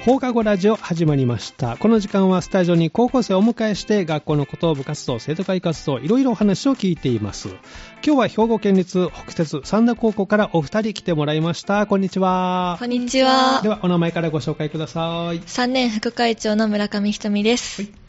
放課後ラジオ始まりました。この時間はスタジオに高校生をお迎えして学校のこと、部活動、生徒会活動、いろいろお話を聞いています。今日は兵庫県立北摂三田高校からお二人来てもらいました。こんにちは。 こんにちは。 ではお名前からご紹介ください。 3年副会長の村上ひとみです。 はい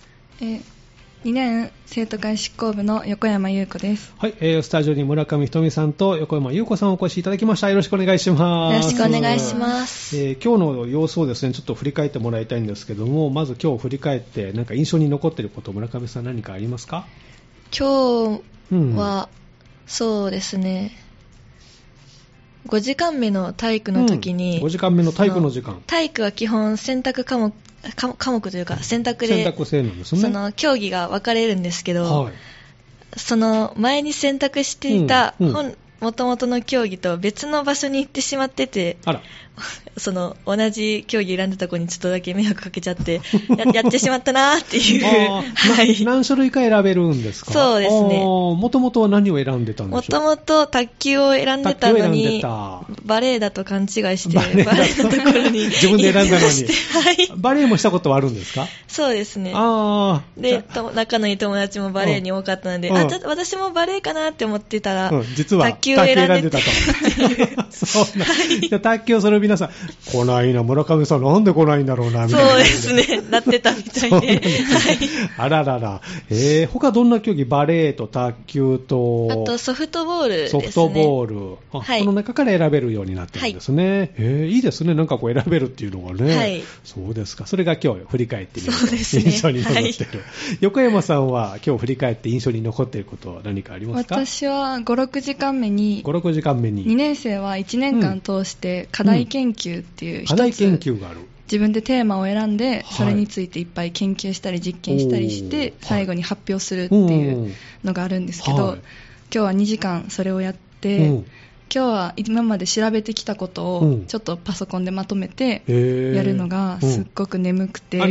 、2年生徒会執行部の横山優子です。 はい、スタジオに村上ひとみさんと横山優子さんをお越しいただきました。よろしくお願いします。 よろしくお願いします。 今日の様子をですね、ちょっと振り返ってもらいたいんですけども、まず今日振り返ってなんか印象に残っていること、村上さん何かありますか？ 今日は、そうですね、5時間目の体育の時に、 5時間目の体育の時間、 体育は基本選択科目というか選択で、 選択制なんですね。 その競技が分かれるんですけど、 はい、 その前に選択していた元々の競技と別の場所に行ってしまってて、 あらその同じ競技選んでた子にちょっとだけ迷惑かけちゃってやってしまったなーっていうはい、 何種類か選べるんですか？ そうですね。 もともとは何を選んでたんでしょう？ もともと卓球を選んでたのにバレエだと勘違いしてバレエのところに自分で選んだのに、 はい、 バレエもしたことはあるんですか？ そうですね。で仲のいい友達もバレエに多かったので、私もバレエかなって思ってたら、 実は卓球を選んでたとそうな、じゃ卓球をする皆さん来ないな、村上さんなんで来ないんだろうなみたいな。 そうですね、なってたみたいで、はい、 あららら、他どんな競技？バレエと卓球と、 あとソフトボールですね。 ソフトボール、はい、この中から選べるようになってるんですね。はい、いいですね、なんかこう選べるっていうのがね。はい、そうですか。それが今日振り返ってみると、ね、印象に残ってる、はい、横山さんは今日振り返って印象に残っていることは何かありますか？ 私は5、6時間目に2年生は1年間通して課題研究っていう一つ、 課題研究がある。 自分でテーマを選んでそれについていっぱい研究したり実験したりして最後に発表するっていうのがあるんですけど、今日は2時間それをやって、今日は今まで調べてきたことをちょっとパソコンでまとめてやるのがすっごく眠くて、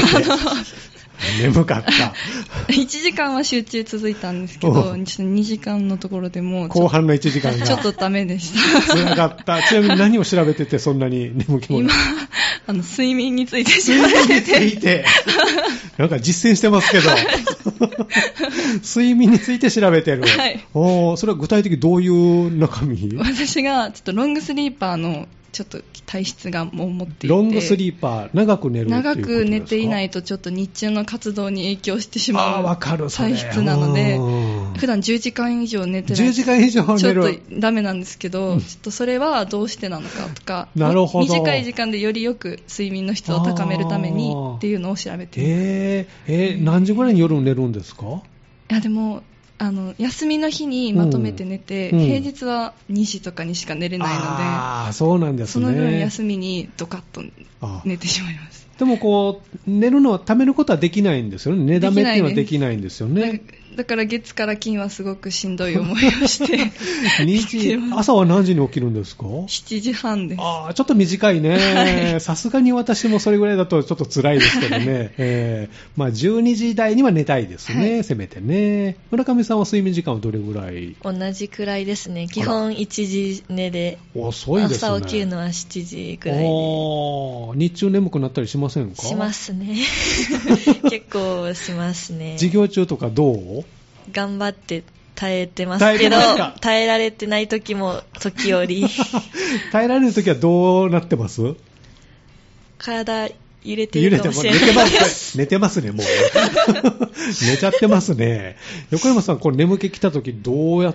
眠かった 1時間は集中続いたんですけど、2時間のところでもう後半の1時間がちょっとダメでした辛かった。ちなみに何を調べててそんなに眠気もない？ 今睡眠について調べてなんか実践してますけど睡眠について調べてる、はい、それは具体的にどういう中身？ 私がちょっとロングスリーパーのちょっと体質が持っていて、 ロングスリーパー、長く寝るっていうことですか？長く寝ていないとちょっと日中の活動に影響してしまう体質なので、普段10時間以上寝てない 10時間以上寝るちょっとダメなんですけど、ちょっとそれはどうしてなのかとか、 なるほど、 短い時間でよりよく睡眠の質を高めるためにっていうのを調べています。 何時ぐらいに夜寝るんですか？ いやでも休みの日にまとめて寝て、平日は2時とかにしか寝れないので、 そうなんですね。 その分休みにドカッと寝てしまいます。 でもこう寝るのはためることはできないんですよね。寝だめっていうのはできないんですよね。 だから月から金はすごくしんどい思いをして朝は何時に起きるんですか ？7時半です。 ちょっと短いね。さすがに私もそれぐらいだとちょっと辛いですけどね。12時台には寝たいですね、はい、せめてね。村上さんは睡眠時間はどれぐらい？ 同じくらいですね。基本1時寝で、 遅いですね。 朝起きるのは7時くらいで。 日中眠くなったりしませんか？ しますね結構しますね。 授業中とかどう？ 頑張って耐えてますけど、耐えられてない時も時折耐えられる時はどうなってます？ 体揺れてるかもしれない寝てますね、もう寝ちゃってますね。横山さん、これ眠気来た時どうやって？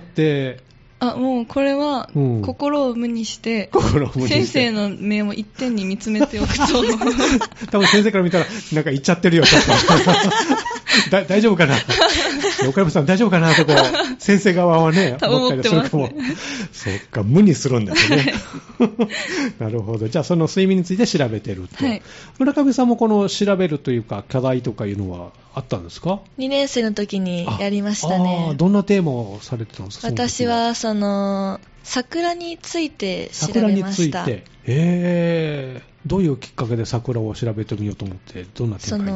もうこれは心を無にして、先生の目を一点に見つめておくと多分先生から見たらなんか言っちゃってるよちょっと大丈夫かな横山さん大丈夫かなとこう先生側はね思ったりするかも、そっか、無にするんですねなるほど。じゃあその睡眠について調べてると、はい、村上さんもこの調べるというか課題とかいうのはあったんですか ？2年生の時にやりましたね。 どんなテーマをされてたんですか？ 私は桜について調べました。 桜について、どういうきっかけで桜を調べてみようと思って、どんな展開に？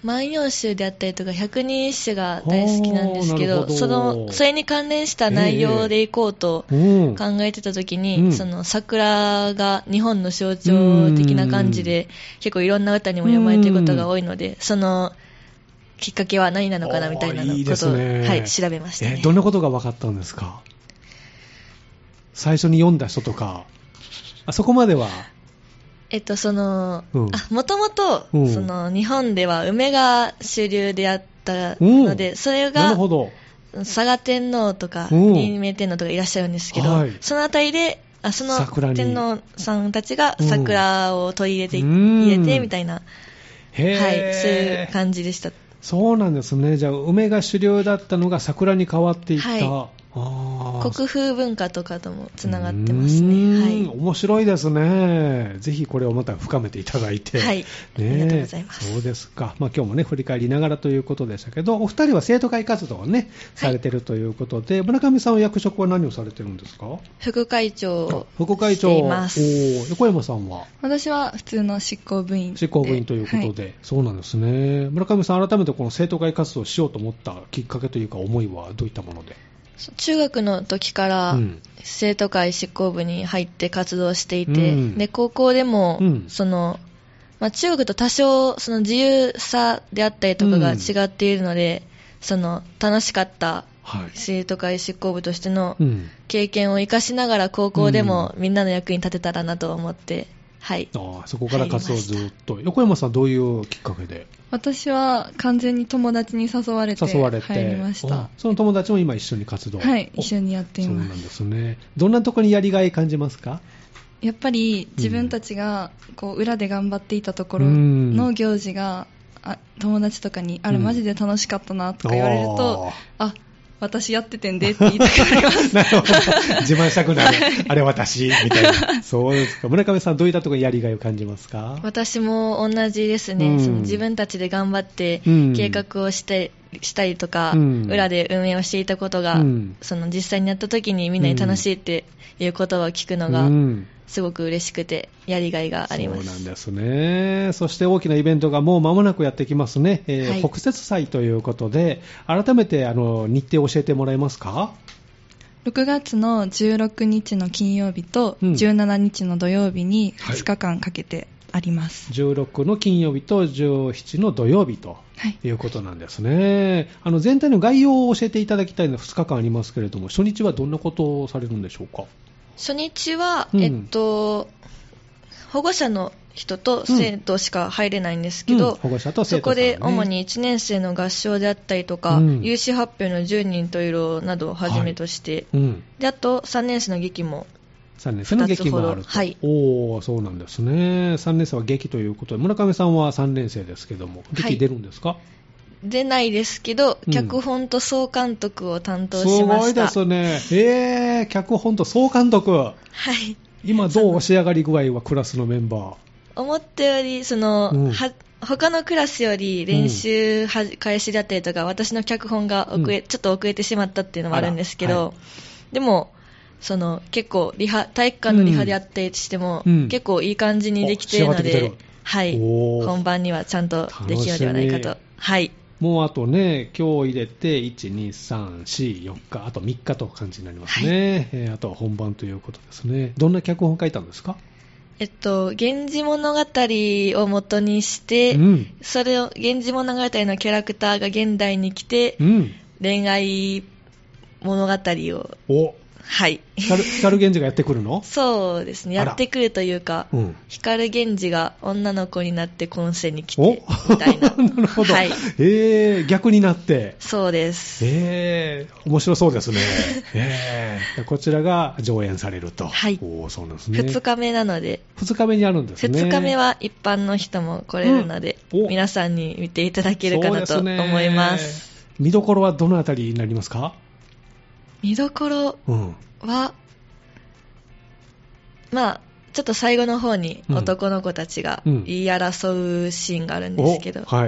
万葉集であったりとか百人一首が大好きなんですけど、それに関連した内容でいこうと考えてた時に、その桜が日本の象徴的な感じで結構いろんな歌にも読まれていることが多いので、そのきっかけは何なのかなみたいなことを、はい、調べましたね。 どんなことが分かったんですか？最初に読んだ人とか、そこまではもともと日本では梅が主流であったので、それが嵯峨天皇とか仁明天皇とかいらっしゃるんですけど、はい、そのあたりでその天皇さんたちが桜を取り入れてみたいな、はい、そういう感じでした。 そうなんですね。じゃあ梅が主流だったのが桜に変わっていった、はい、 国風文化とかともつながってますね。はい、 面白いですね。ぜひこれをまた深めていただいて、 はい、ありがとうございます。 そうですか。今日もね振り返りながらということでしたけど、お二人は生徒会活動をねされているということで、村上さんは役職は何をされてるんですか？ 副会長をしています。 横山さんは？ 私は普通の執行部員ということで、はい、そうなんですね。村上さん、改めてこの生徒会活動をしようと思ったきっかけというか思いはどういったもので？ 中学の時から生徒会執行部に入って活動していて、で高校でも中学と多少その自由さであったりとかが違っているので、楽しかった生徒会執行部としての経験を生かしながら高校でもみんなの役に立てたらなと思って、はい、 そこから活動をずっと。横山さん、どういうきっかけで？ 私は完全に友達に誘われて入りました。 その友達も今一緒に活動？ はい、一緒にやっています。 そうなんですね。どんなところにやりがい感じますか？ やっぱり自分たちが裏で頑張っていたところの行事が友達とかにマジで楽しかったなとか言われると、私やっててんでって言いたくなります。 なるほど。自慢したくなる。あれ私みたいな。そうですか。村上さん、どういったところにやりがいを感じますか？ 私も同じですね。自分たちで頑張って計画をしたりとか、裏で運営をしていたことが、実際にやった時にみんなに楽しいっていう言葉を聞くのが、すごく嬉しくてやりがいがあります。 そうなんですね。そして大きなイベントがもう間もなくやってきますね。はい、北摂祭ということで、改めて日程を教えてもらえますか ？6月の16日の金曜日と17日の土曜日に2日間かけてあります。 16の金曜日と17の土曜日ということなんですね。全体の概要を教えていただきたいのは2日間ありますけれども、初日はどんなことをされるんでしょうか？ 初日は、保護者の人と生徒しか入れないんですけど、 保護者と生徒さんね、 そこで主に1年生の合唱であったりとか、有志発表の10人と色などをはじめとして、であと3年生の劇も 3年生の劇もあると。 はい、 そうなんですね。3年生は劇ということで、村上さんは3年生ですけども、劇出るんですか？ 出ないですけど、脚本と総監督を担当しました。 すごいですね。脚本と総監督。 はい。 今どう仕上がり具合はクラスのメンバー？ 思ったより他のクラスより練習開始だったりとか、私の脚本がちょっと遅れてしまったっていうのもあるんですけど、でも結構体育館のリハであったりしても、結構いい感じにできているので、はい、本番にはちゃんとできるのではないかと。はい。 もうあとね、今日入れて1、2、3、4、4日、あと3日と感じになりますね。はい、あとは本番ということですね。どんな脚本を書いたんですか？ 源氏物語を元にして、それを源氏物語のキャラクターが現代に来て、恋愛物語をはい。 光源氏がやってくるの？ そうですね。やってくるというか、光源氏が女の子になって今世に来て、みたいな。 なるほど。はい。逆になって。 そうです。 面白そうですね。こちらが上演されると。 はい。 そうなんですね。 2日目なので。 2日目にあるんですね。 2日目は一般の人も来れるので、皆さんに見ていただけるかなと思います。 見どころはどのあたりになりますか？ 見どころは、ちょっと最後の方に男の子たちが言い争うシーンがあるんですけど、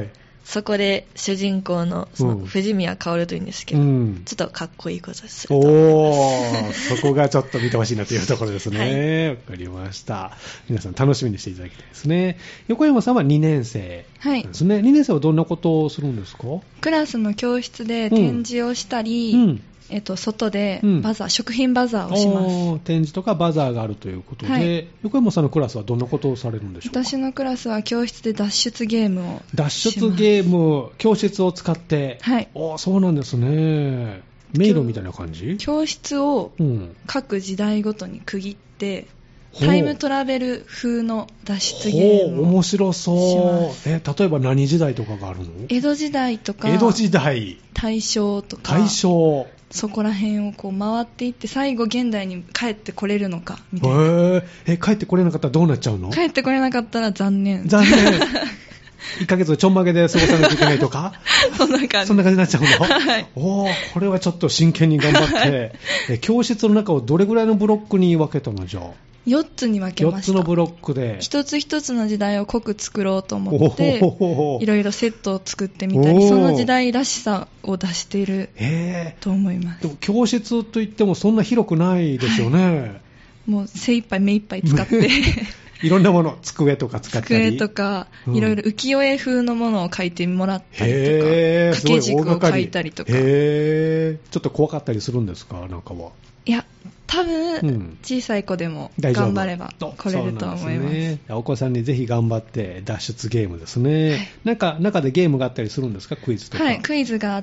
そこで主人公のその藤宮薫というんですけど、ちょっとかっこいいことすると思います。 そこがちょっと見てほしいなというところですね。わかりました。皆さん楽しみにしていただきたいですね。横山さんは2年生ですね。2年生はどんなことをするんですか？ クラスの教室で展示をしたり、外でバザー、食品バザーをします。 展示とかバザーがあるということで、横山さんのクラスはどんなことをされるんでしょうか？ 私のクラスは教室で脱出ゲームをします。 脱出ゲーム、教室を使って、そうなんですね。迷路みたいな感じ？ 教室を各時代ごとに区切って、タイムトラベル風の脱出ゲームを面白そう。例えば何時代とかがあるの？ 江戸時代とか、 江戸時代、 大正とか、 大正、 そこら辺をこう回っていって、最後現代に帰ってこれるのかみたいな。 帰ってこれなかったらどうなっちゃうの？帰ってこれなかったら残念。 1ヶ月ちょんまげで過ごさなきゃいけないとかそんな感じになっちゃうの？これはちょっと真剣に頑張って教室の中をどれぐらいのブロックに分けたの？じゃあ 4つに分けました。 4つのブロックで一つ一つの時代を濃く作ろうと思っていろいろセットを作ってみたり、その時代らしさを出していると思います。 でも教室といってもそんな広くないですよね。 もう精一杯目一杯使っていろんなもの、机とか使ったり、 机とか、いろいろ浮世絵風のものを描いてもらったりとか、掛け軸を描いたりとか。 ちょっと怖かったりするんですか？なんかは。 いや、多分、小さい子でも頑張れば来れると思います。 お子さんにぜひ頑張って脱出ゲームですね。なんか中でゲームがあったりするんですか？クイズとか。 はい、クイズがあって、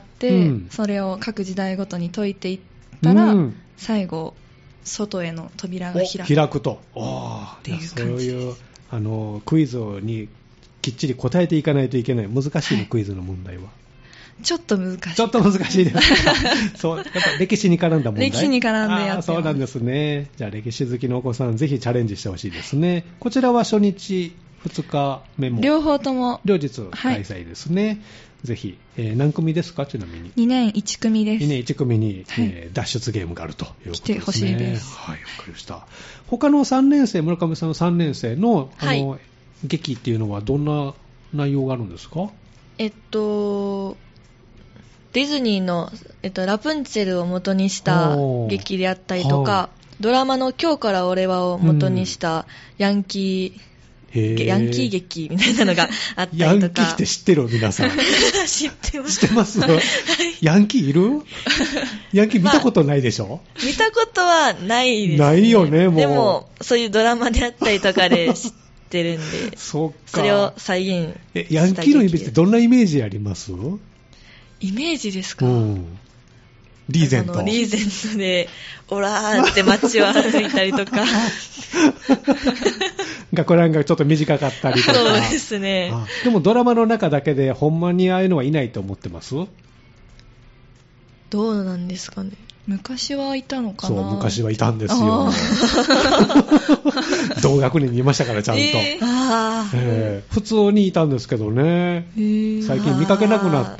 それを各時代ごとに解いていったら、最後外への扉が開くと。 っていう感じです。 そういうクイズにきっちり答えていかないといけない難しいの、クイズの問題は。 ちょっと難しい。 ちょっと難しいですそう、やっぱ歴史に絡んだ問題。 歴史に絡んでやってます。 そうなんですね。じゃあ歴史好きのお子さん、ぜひチャレンジしてほしいですね。こちらは初日、2日目も。 両方とも。 両日開催ですね。ぜひ、何組ですか？ちなみに。 2年1組です。 2年1組に、脱出ゲームがあるということですね。 来てほしいです。 はい、わかりました。他の3年生、村上さんの3年生の、劇っていうのはどんな内容があるんですか？ ディズニーの、ラプンツェルを元にした劇であったりとか、ドラマの今日から俺はを元にしたヤンキー劇みたいなのがあったりとか。 ヤンキーって知ってる？皆さん。 知ってます。 知ってます？ヤンキーいる？ヤンキー見たことないでしょ？ 見たことはないですね。 ないよね、もう。 でも、そういうドラマであったりとかで知ってるんで、それを再現した劇。 ヤンキーのイメージってどんなイメージあります？ イメージですか？ リーゼント。 リーゼントで、オラーって街を歩いたりとか。 学ランがちょっと短かったりとか。 そうですね。 でもドラマの中だけでほんまにああいうのはいないと思ってます？ どうなんですかね。 昔はいたのかな。 そう、昔はいたんですよ。同学年にいましたからちゃんと、普通にいたんですけどね、最近見かけなくなって、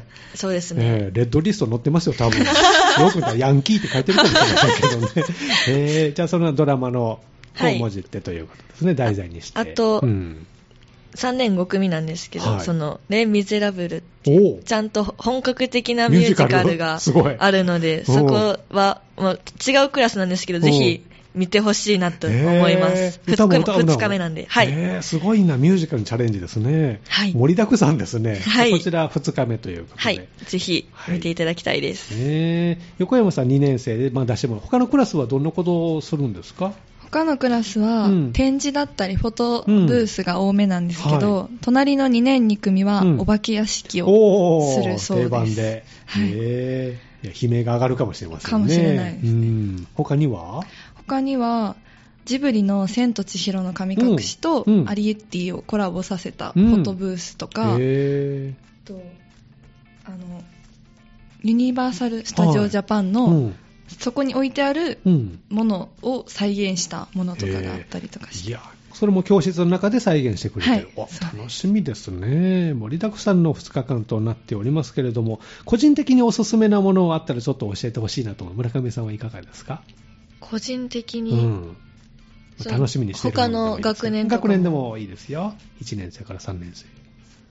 そうですね、 レッドリスト載ってますよ多分。よく見たらヤンキーって書いてるかもしれませんけどね。じゃあそのドラマのもじってということですね、題材にして。 あと、3年5組なんですけど、そのレ・ミゼラブルってちゃんと本格的なミュージカルがあるので、そこはもう違うクラスなんですけど、ぜひ見てほしいなと思います。2日目なんで。 すごいな、ミュージカルにチャレンジですね。盛りだくさんですね。こちら2日目ということで。 ぜひ見ていただきたいです。 横山さん2年生で、出してもらう。他のクラスはどんなことをするんですか？ 他のクラスは展示だったりフォトブースが多めなんですけど、隣の2年2組はお化け屋敷をするそうです。 定番で。悲鳴が上がるかもしれませんね。かもしれないですね。他にはジブリの千と千尋の神隠しとアリエッティをコラボさせたフォトブースとか、ユニバーサル・スタジオ・ジャパンのそこに置いてあるものを再現したものとかがあったりとかして、 いや、それも教室の中で再現してくれてる、楽しみですね。盛りだくさんの2日間となっておりますけれども、個人的におすすめなものがあったらちょっと教えてほしいなと思う。村上さんはいかがですか？ 個人的に、 楽しみにしている他の学年とか学年でもいいですよ。1年生から3年生。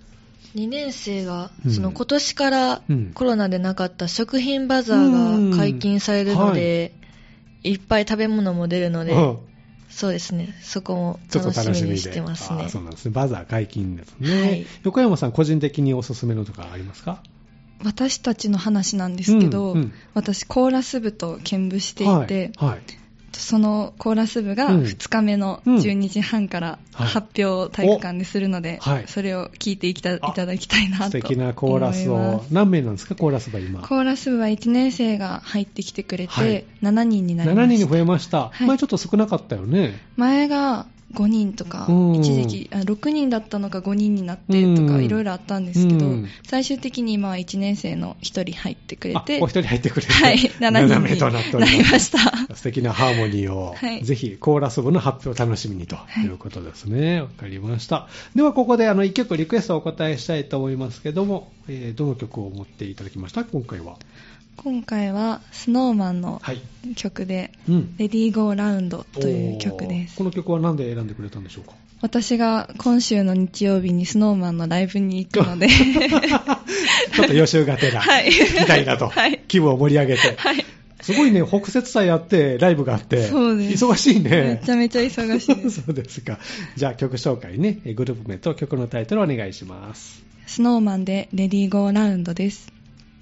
2年生が、その今年からコロナでなかった食品バザーが解禁されるので、いっぱい食べ物も出るので、そうですね、そこも楽しみにしてますね。 そうなんですね。バザー解禁ですね。はい、横山さん、個人的におすすめのとかありますか？ 私たちの話なんですけど、私コーラス部と兼部していて、そのコーラス部が2日目の12時半から発表を体育館でするので、それを聞いていただきたいなと思います。 素敵なコーラスを。何名なんですか、コーラス部は今？ コーラス部は1年生が入ってきてくれて、7人になりました。 7人に増えました。前ちょっと少なかったよね。 前が5人とか、一時期6人だったのが5人になってとかいろいろあったんですけど、最終的に今は1年生の1人入ってくれて、 お一人入ってくれて、 はい、7人になりました。 素敵なハーモニーを、ぜひコーラス部の発表を楽しみにということですね。わかりました。ではここで1曲リクエストをお答えしたいと思いますけども、どの曲を持っていただきました今回は？ 今回はスノーマンの曲で、レディーゴーラウンドという曲です。 この曲は何で選んでくれたんでしょうか？ 私が今週の日曜日にスノーマンのライブに行くのでちょっと予習がてら行きたいなと、気分を盛り上げて、すごいね、北摂祭やってライブがあって、そうです、忙しいね。 めちゃめちゃ忙しいです。 そうですか。じゃあ曲紹介ね、グループ名と曲のタイトルをお願いします。 スノーマンでレディーゴーラウンドです。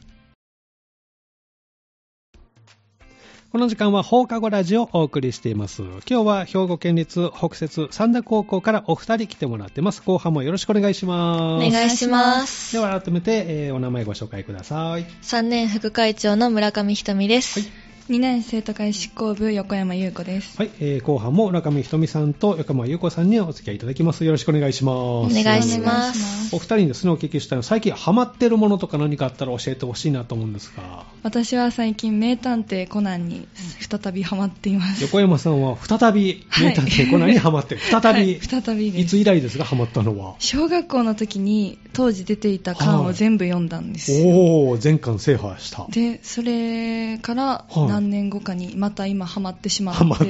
この時間は放課後ラジオをお送りしています。今日は兵庫県立北摂三田高校からお二人来てもらってます。後半もよろしくお願いします。 お願いします。 では改めて、お名前ご紹介ください。 3年副会長の村上ひとみです。 2年生徒会執行部横山優子です。 はい、後半も村上ひとみさんと横山優子さんにお付き合いいただきます。よろしくお願いします。 お願いします。 お二人にですね、お聞きしたいの最近ハマってるものとか何かあったら教えてほしいなと思うんですが。 私は最近名探偵コナンに再びハマっています。 横山さんは再び名探偵コナンにハマってる。再びです。 いつ以来ですか、ハマったのは？ 小学校の時に当時出ていた巻を全部読んだんですよ。 おー、全巻制覇した。 でそれから何年後かにまた今ハマってしまって、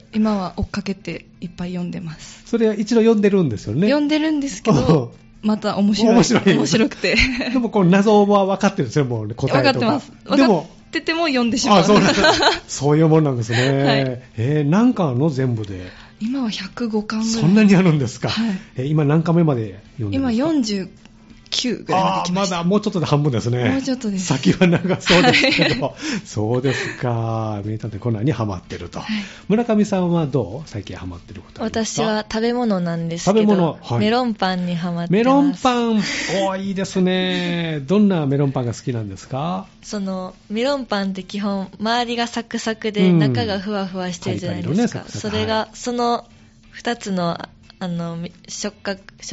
今は追っかけていっぱい読んでます。 それは一度読んでるんですよね？ 読んでるんですけどまた面白くてでもこの謎は分かってるんですよ、もう、ね、答えとか。 分かってます。分かってても読んでしまう。 そういうもんなんですね。何巻あるの全部で？ 今は105巻ぐらい。 そんなにあるんですか？今何巻目まで読んでますか？今 49ぐらいまで来ました。 まだもうちょっとで半分ですね。 もうちょっとです。 先は長そうですけど、そうですか。名探偵コナンにハマってると。村上さんはどう？最近ハマってることありますか？ 私は食べ物なんですけど、メロンパンにハマってます。 メロンパン、いいですね。どんなメロンパンが好きなんですか？ そのメロンパンって基本周りがサクサクで中がふわふわしてるじゃないですか。それがその2つの食感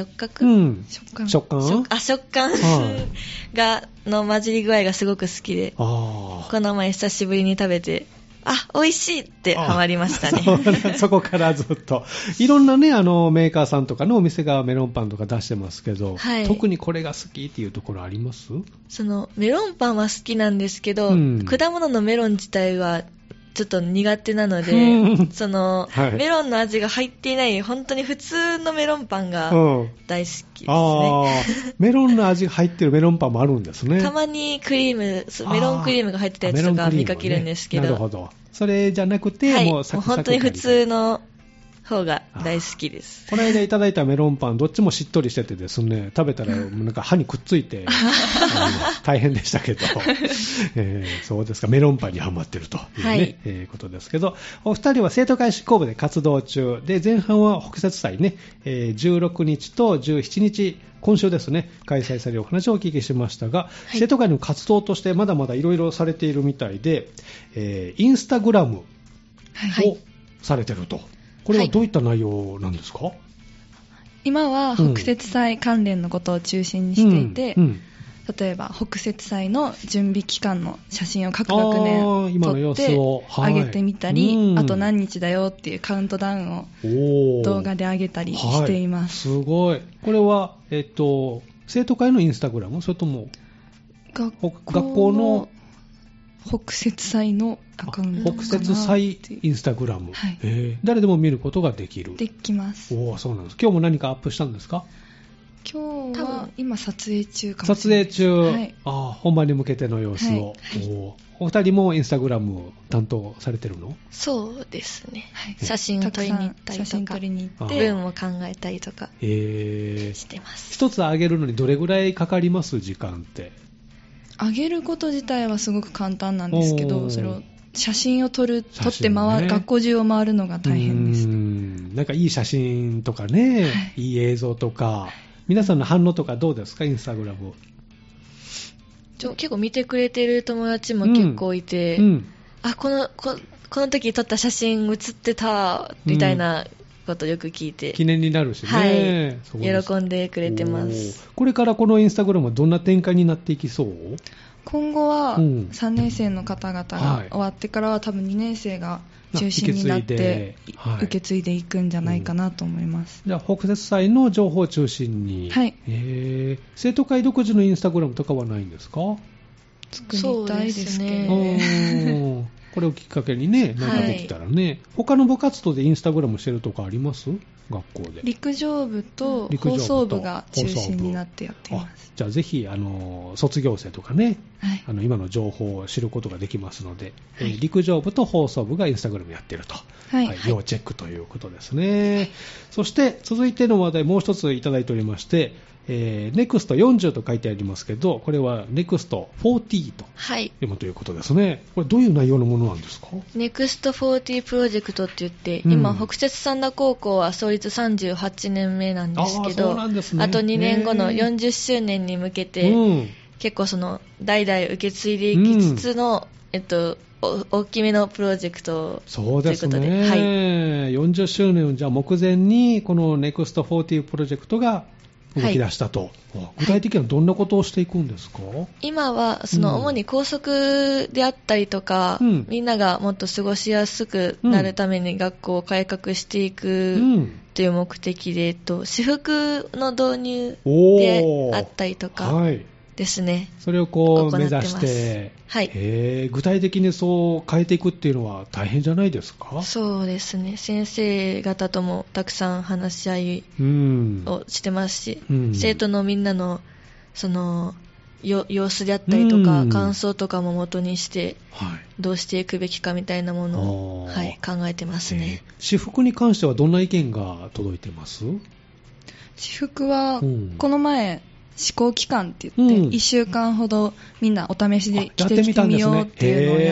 がの混じり具合がすごく好きで、この前久しぶりに食べて、美味しいってハマりましたね。 そこからずっといろんなね、メーカーさんとかのお店がメロンパンとか出してますけど、特にこれが好きっていうところあります？ そのメロンパンは好きなんですけど、果物のメロン自体はちょっと苦手なので、その、メロンの味が入っていない本当に普通のメロンパンが大好きですね。 メロンの味が入ってるメロンパンもあるんですね。 たまにメロンクリームが入ってたやつとか見かけるんですけど、 なるほど。それじゃなくて、もうサクサク本当に普通の方が大好きです。 この間いただいたメロンパンどっちもしっとりしててですね、食べたらなんか歯にくっついて大変でしたけど、そうですか、メロンパンにハマってるというね、ことですけど、お二人は生徒会執行部で活動中で、前半は北摂祭ね、16日と17日今週ですね、開催されるお話をお聞きしましたが、生徒会の活動としてまだまだいろいろされているみたいで、インスタグラムをされてると。これはどういった内容なんですか？ 今は北摂祭関連のことを中心にしていて、例えば北摂祭の準備期間の写真を各学年撮って上げてみたり、あと何日だよっていうカウントダウンを動画で上げたりしています。 すごい。これは、生徒会のインスタグラム、それとも学校の北摂祭のアカウントかな。 北摂祭インスタグラム、誰でも見ることができる。 できます。 そうなんです。今日も何かアップしたんですか？ 今日は今撮影中かも撮しれない。 影中、 はい、 本番に向けての様子を、お二人もインスタグラム担当されてるの？ そうですね、写真を撮りに行ったりとか、文を考えたりとかしてます。 一つ上げるのにどれぐらいかかります？時間って。 上げること自体はすごく簡単なんですけど、それを写真を撮って学校中を回るのが大変です。 なんかいい写真とかね、いい映像とか、皆さんの反応とかどうですか？インスタグラム結構見てくれてる友達も結構いて、この時撮った写真写ってたみたいなことをよく聞いて、 記念になるしね、 喜んでくれてます。 これからこのインスタグラムはどんな展開になっていきそう？ 今後は3年生の方々が終わってからは多分2年生が中心になって受け継いでいくんじゃないかなと思います。 じゃあ北摂祭の情報を中心に、生徒会独自のインスタグラムとかはないんですか？ 作りたいですね。 これをきっかけにね、なんかできたらね、他の部活動でインスタグラムしてるとかあります？学校で。 陸上部と放送部が中心になってやっています。 じゃあぜひ卒業生とかね、今の情報を知ることができますので、陸上部と放送部がインスタグラムやってると、要チェックということですね。そして続いての話題もう一ついただいておりまして、NEXT40 と書いてありますけど、これは NEXT40 と読むということですね。これどういう内容のものなんですか？ NEXT40 プロジェクトって言って、今北摂三田高校は創立38年目なんですけど、あと2年後の40周年に向けて、結構その代々受け継いでいきつつの、大きめのプロジェクトということで。そうですね、 40周年をじゃあ目前にこの NEXT40 プロジェクトが動き出したと、具体的にはどんなことをしていくんですか？ 今はその主に校則であったりとか、みんながもっと過ごしやすくなるために学校を改革していくという目的で、私服の導入であったりとかですね、 それを目指して、具体的にそう変えていくっていうのは大変じゃないですか？そうですね、先生方ともたくさん話し合いをしてますし、生徒のみんなのその様子であったりとか、感想とかも元にして、どうしていくべきかみたいなものを、考えてますね。 私服に関してはどんな意見が届いてます？ 私服はこの前試行期間って言って、1週間ほどみんなお試しで着てきてみようっていうのをやって、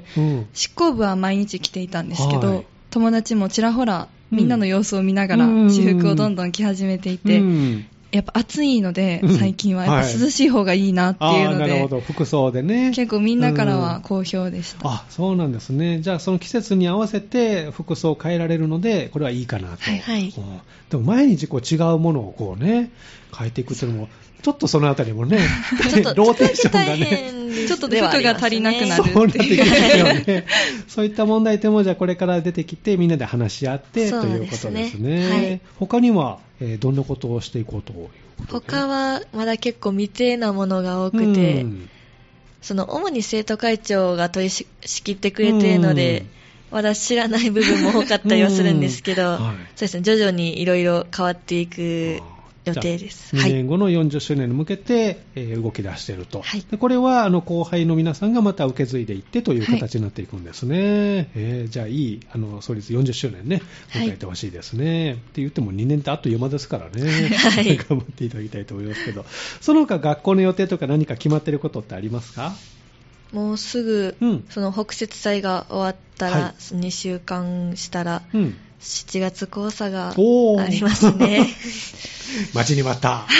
執行部は毎日着ていたんですけど、友達もちらほらみんなの様子を見ながら私服をどんどん着始めていて、やっぱ暑いので最近はやっぱ涼しい方がいいなっていうので、 なるほど、服装でね、 結構みんなからは好評でした。 そうなんですね。じゃあその季節に合わせて服装を変えられるのでこれはいいかなと。でも毎日違うものを変えていくっていうのもちょっとそのあたりもね、ローテーションがね、 ちょっと服が足りなくなるっていうそういった問題点もじゃあこれから出てきてみんなで話し合ってということですね。他にはどんなことをしていこうということで？ 他はまだ結構未定なものが多くて、その主に生徒会長が取り仕切ってくれているので、まだ知らない部分も多かったりはするんですけど、そうですね、徐々にいろいろ変わっていく予定です。 2年後の40周年に向けて、動き出していると。でこれは後輩の皆さんがまた受け継いでいってという形になっていくんですね。じゃあいい創立40周年ね、迎えてほしいですね。って言っても2年ってあっという間ですからね。頑張っていただきたいと思いますけど、その他学校の予定とか何か決まっていることってありますか？ もうすぐ、その北摂祭が終わったら、2週間したら、7月交差がありますね。 待ちに待った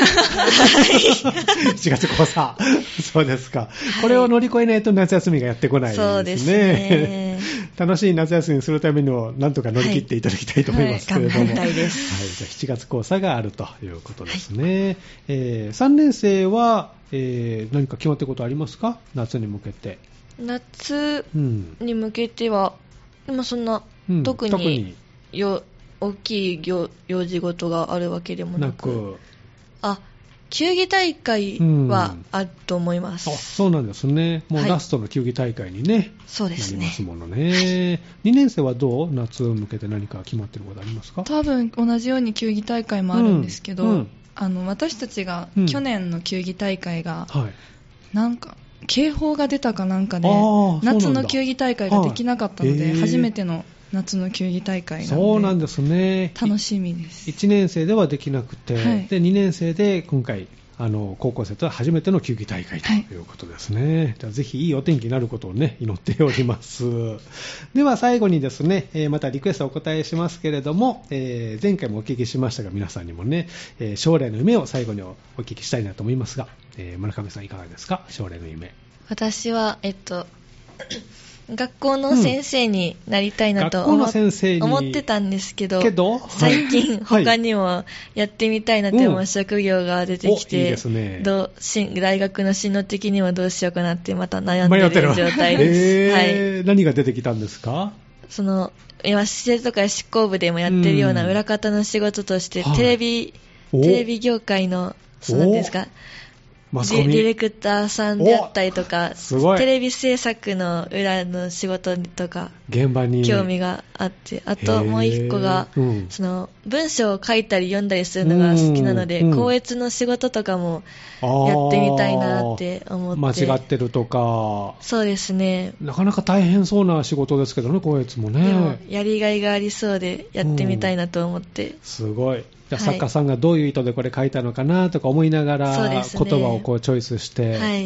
。7月交差。そうですか。これを乗り越えないと夏休みがやってこないですね。そうですね。楽しい夏休みにするためにもなんとか乗り切っていただきたいと思いますけれども。 頑張りたいです。 じゃあ7月交差があるということですね。3年生は、何か決まっていることありますか？夏に向けて。 夏に向けては、今そんな、特に大きい行事事があるわけでもなく、球技大会はあると思います。 そうなんですね。もうラストの球技大会にね、 そうですね、 なりますものね。2年生はどう？夏向けて何か決まっていることありますか？ 多分同じように球技大会もあるんですけど、 私たちが去年の球技大会が、なんか警報が出たかなんかで夏の球技大会ができなかったので、初めての夏の球技大会なので、 そうなんですね、 楽しみです。 1年生ではできなくて、で2年生で今回高校生とは初めての球技大会ということですね。じゃあぜひいいお天気になることをね祈っております。では最後にですね、またリクエストをお答えしますけれども、前回もお聞きしましたが皆さんにもね、将来の夢を最後にお聞きしたいなと思いますが、村上さんいかがですか？将来の夢。 私は学校の先生になりたいなと思ってたんですけど、最近他にもやってみたいなと思う職業が出てきて、いいですね、大学の進路的にはどうしようかなってまた悩んでいる状態です。 何が出てきたんですか？ 今施設とか執行部でもやってるような裏方の仕事として、テレビ業界の何ですか、ディレクターさんであったりとか、テレビ制作の裏の仕事とか現場に興味があって、あともう一個が、文章を書いたり読んだりするのが好きなので、校閲の仕事とかもやってみたいなって思って。 間違ってるとか。 そうですね。 なかなか大変そうな仕事ですけどね、校閲もね。 でもやりがいがありそうでやってみたいなと思って。 すごい。作家さんがどういう意図でこれ書いたのかなとか思いながら、言葉をこうチョイスして、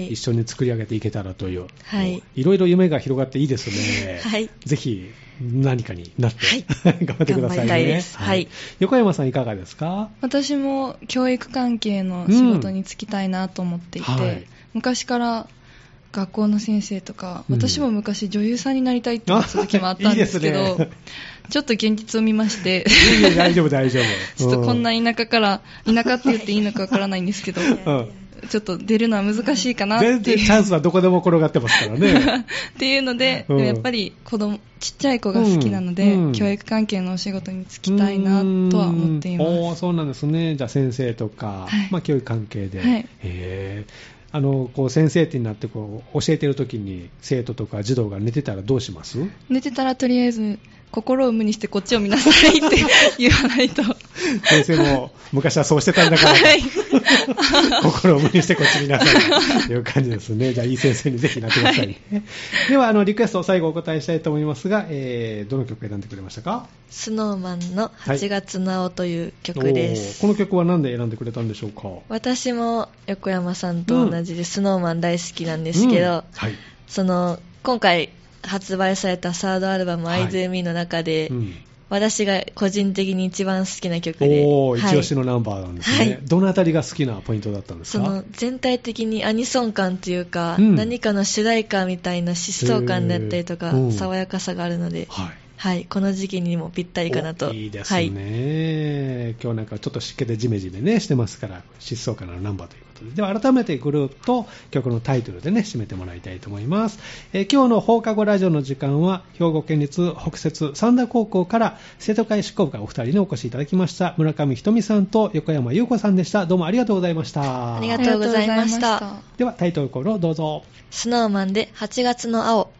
一緒に作り上げていけたらという、いろいろ夢が広がっていいですね。ぜひ何かになって、頑張ってくださいね。頑張りたいです。横山さんいかがですか？ 私も教育関係の仕事に就きたいなと思っていて、昔から学校の先生とか、私も昔女優さんになりたいって思った時もあったんですけど、いいですね、ちょっと現実を見まして、 大丈夫ちょっとこんな田舎って言っていいのかわからないんですけど、ちょっと出るのは難しいかなって。 全然チャンスはどこでも転がってますからね。 っていうので、やっぱりちっちゃい子が好きなので、教育関係のお仕事に就きたいなとは思っています。 そうなんですね。じゃあ先生とか、教育関係で。先生ってなって教えてるときに生徒とか児童が寝てたらどうします？ 寝てたらとりあえず心を無にしてこっちを見なさいって言わないと。 先生も昔はそうしてたんだから、心を無にしてこっち見なさいという感じですね。じゃあいい先生にぜひなってくださいね。ではリクエストを最後お答えしたいと思いますが、どの曲選んでくれましたか ？SnowMan の8月の青という曲です。 この曲は何で選んでくれたんでしょうか？ 私も横山さんと同じで SnowMan 大好きなんですけど、今回発売されたサードアルバム I Do Me の中で、私が個人的に一番好きな曲で、 一押しのナンバーなんですね。どのあたりが好きなポイントだったんですか？ 全体的にアニソン感というか、何かの主題歌みたいな疾走感だったりとか、爽やかさがあるので、この時期にもぴったりかなと。 いいですね。今日なんかちょっと湿気でジメジメねしてますから、疾走感のナンバーということで。では改めてグループと曲のタイトルでね締めてもらいたいと思います。今日の放課後ラジオの時間は兵庫県立北摂三田高校から生徒会執行部からお二人にお越しいただきました村上ひとみさんと横山優子さんでした。どうもありがとうございました。 ありがとうございました。 ではタイトルコールをどうぞ。 SnowManで8月の青。